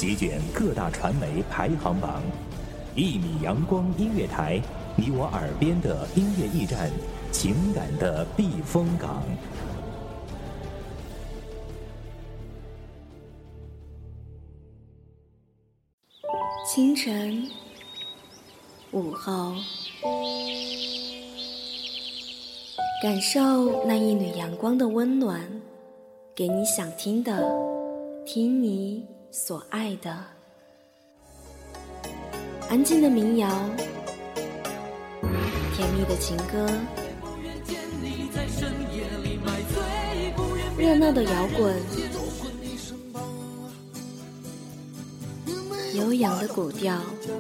席卷各大传媒排行榜，1米阳光音乐台，你我耳边的音乐驿站，情感的避风港。 清晨，午后，感受那一缕阳光的温暖，给你想听的，听你所爱的。安静的民谣，甜蜜的情歌，热闹的摇滚，悠扬的古调，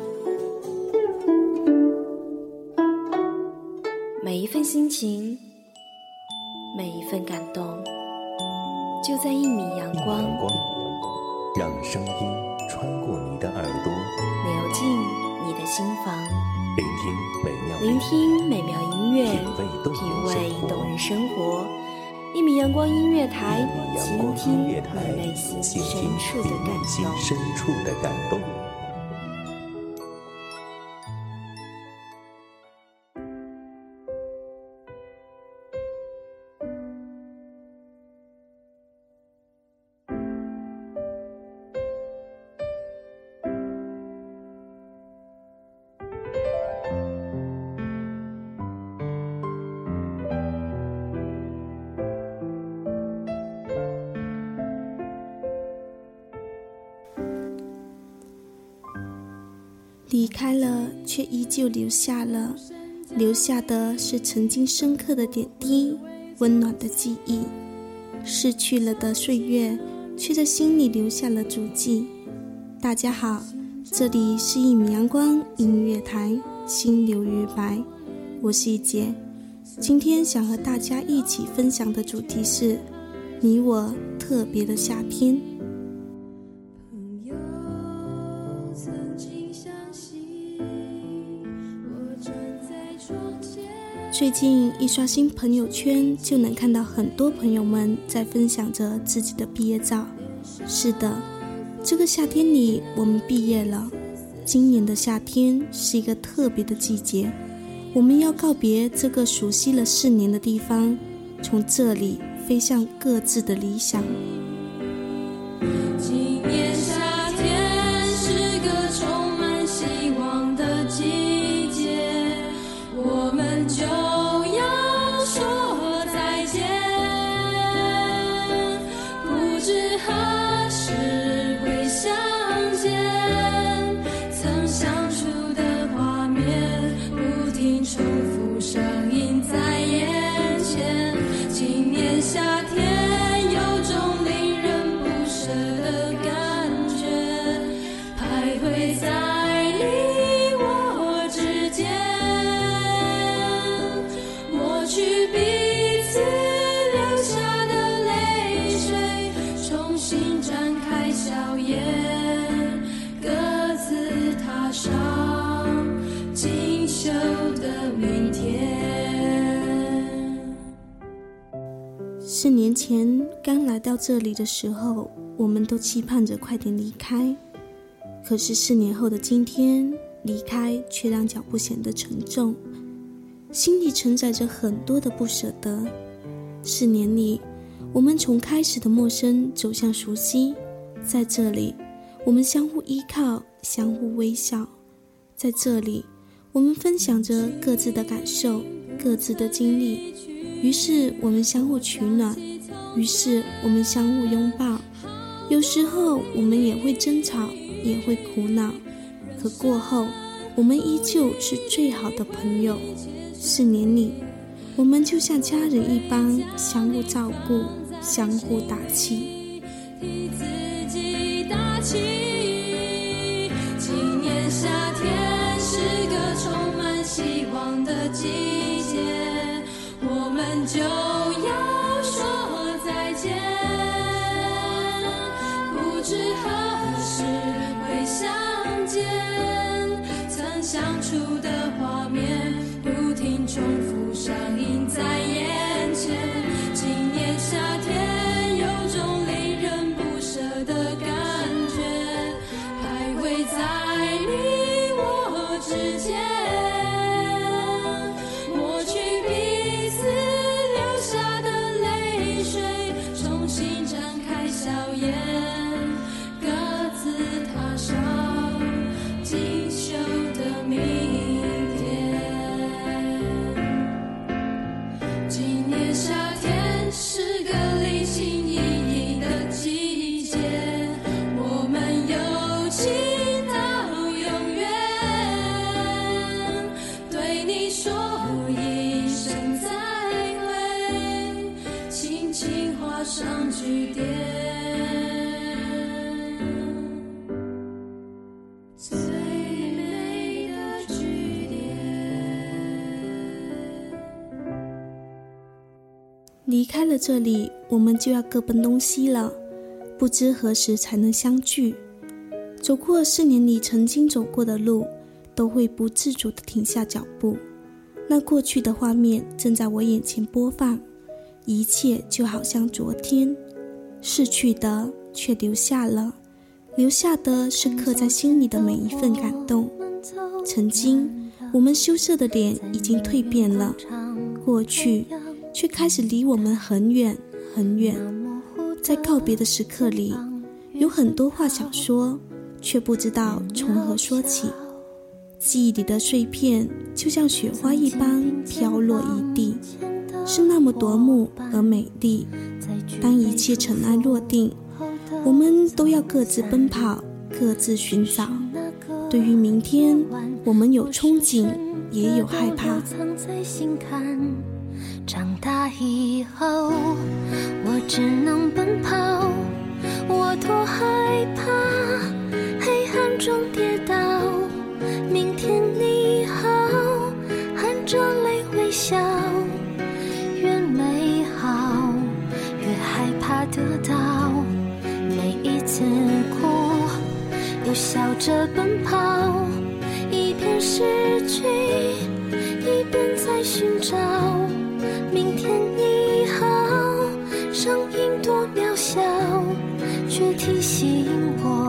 每一份心情，每一份感动，就在1米阳光， 让声音穿过你的耳朵， 流进你的心房， 聆听美妙音乐， 品味动人生活。1米阳光音乐台，倾听你内心深处的感动。 离开了，却依旧留下了，留下的是曾经深刻的点滴，温暖的记忆。逝去了的岁月，却在心里留下了足迹。大家好，这里是1米阳光音乐台，心流日白，我是一杰。今天想和大家一起分享的主题是你我特别的夏天。最近一刷新朋友圈，就能看到很多朋友们在分享着自己的毕业照。是的，这个夏天里我们毕业了。今年的夏天是一个特别的季节，我们要告别这个熟悉了4年的地方，从这里飞向各自的理想。 今年夏天是个充满希望的季节，我们就要说再见，不知何时会相见，曾相处的画面不停重复上映在眼前。今年夏天有种令人不舍的感觉，徘徊在你我之间，抹去彼此留下的泪水，重新展开笑颜，各自踏上锦绣的明天。 4年前刚来到这里的时候，我们都期盼着快点离开，可是4年后的今天，离开却让脚步显得沉重，心里承载着很多的不舍得。4年里，我们从开始的陌生走向熟悉，在这里我们相互依靠，相互微笑，在这里我们分享着各自的感受，各自的经历，于是我们相互取暖，于是我们相互拥抱。有时候我们也会争吵，也会苦恼，可过后我们依旧是最好的朋友。4年里，我们就像家人一般，相互照顾，相互打气， 替自己打气。今年夏天是个充满希望的季节，我们就要说再见，不知何时会相见，曾相处的画面不停重复上映在眼前。今年夏天有种令人不舍的感觉， 句点，最美的句点。 离开了这里，我们就要各奔东西了，不知何时才能相聚。走过4年里曾经走过的路，都会不自主地停下脚步。那过去的画面正在我眼前播放，一切就好像昨天，逝去的却留下了，留下的是刻在心里的每一份感动。曾经我们羞涩的脸已经蜕变了，过去却开始离我们很远很远。在告别的时刻里，有很多话想说，却不知道从何说起。记忆里的碎片就像雪花一般飘落一地，是那么夺目而美丽。当一切尘埃落定，我们都要各自奔跑，各自寻找。对于明天，我们有憧憬，也有害怕。 长大以后，我只能奔跑，我多害怕黑暗中跌倒。明天你好，含着泪微笑，越美好越害怕得到。每一次哭又笑着奔跑，一边失去一边在寻找。明天你好，声音多渺小，却提醒我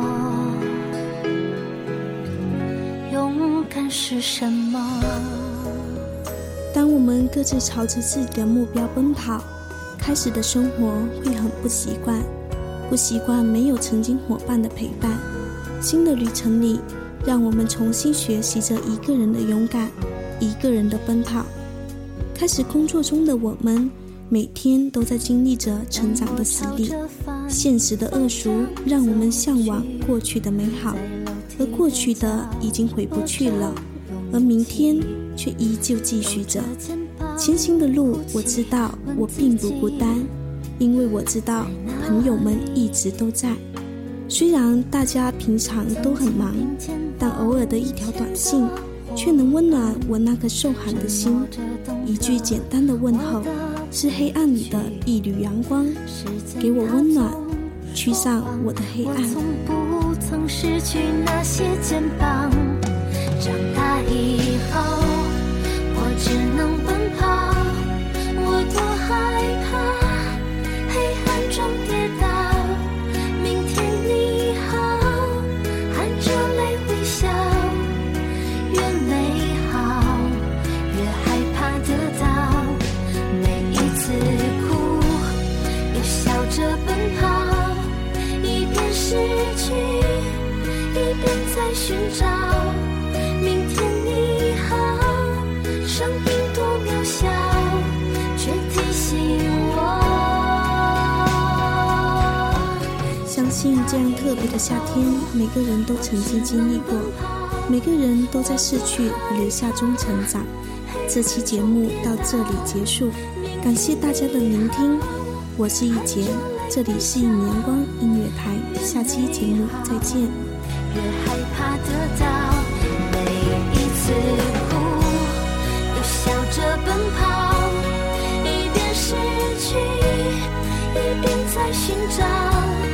勇敢是什么。 当我们各自朝着自己的目标奔跑，开始的生活会很不习惯，不习惯没有曾经伙伴的陪伴。新的旅程里，让我们重新学习着一个人的勇敢，一个人的奔跑。开始工作中的我们，每天都在经历着成长的洗礼。现实的恶俗让我们向往过去的美好，而过去的已经回不去了，而明天却依旧继续着。前行的路，我知道我并不孤单，因为我知道朋友们一直都在。虽然大家平常都很忙，但偶尔的一条短信却能温暖我那颗受寒的心。一句简单的问候，是黑暗里的一缕阳光，给我温暖，驱散我的黑暗。 我从不曾失去那些肩膀，长大以后我只能奔跑，我多害怕黑暗中跌倒。明天你好，含着泪微笑，越美好越害怕得到。每一次哭又笑着奔跑，一边失去一边在寻找。明天你好，声音多渺小，却提醒我。 相信这样特别的夏天，每个人都曾经经历过，每个人都在逝去和留下中成长。这期节目到这里结束，感谢大家的聆听，我是一杰，这里是一米阳光音乐台，下期节目再见。 越害怕得到，每一次哭又笑着奔跑，一边失去一边在寻找。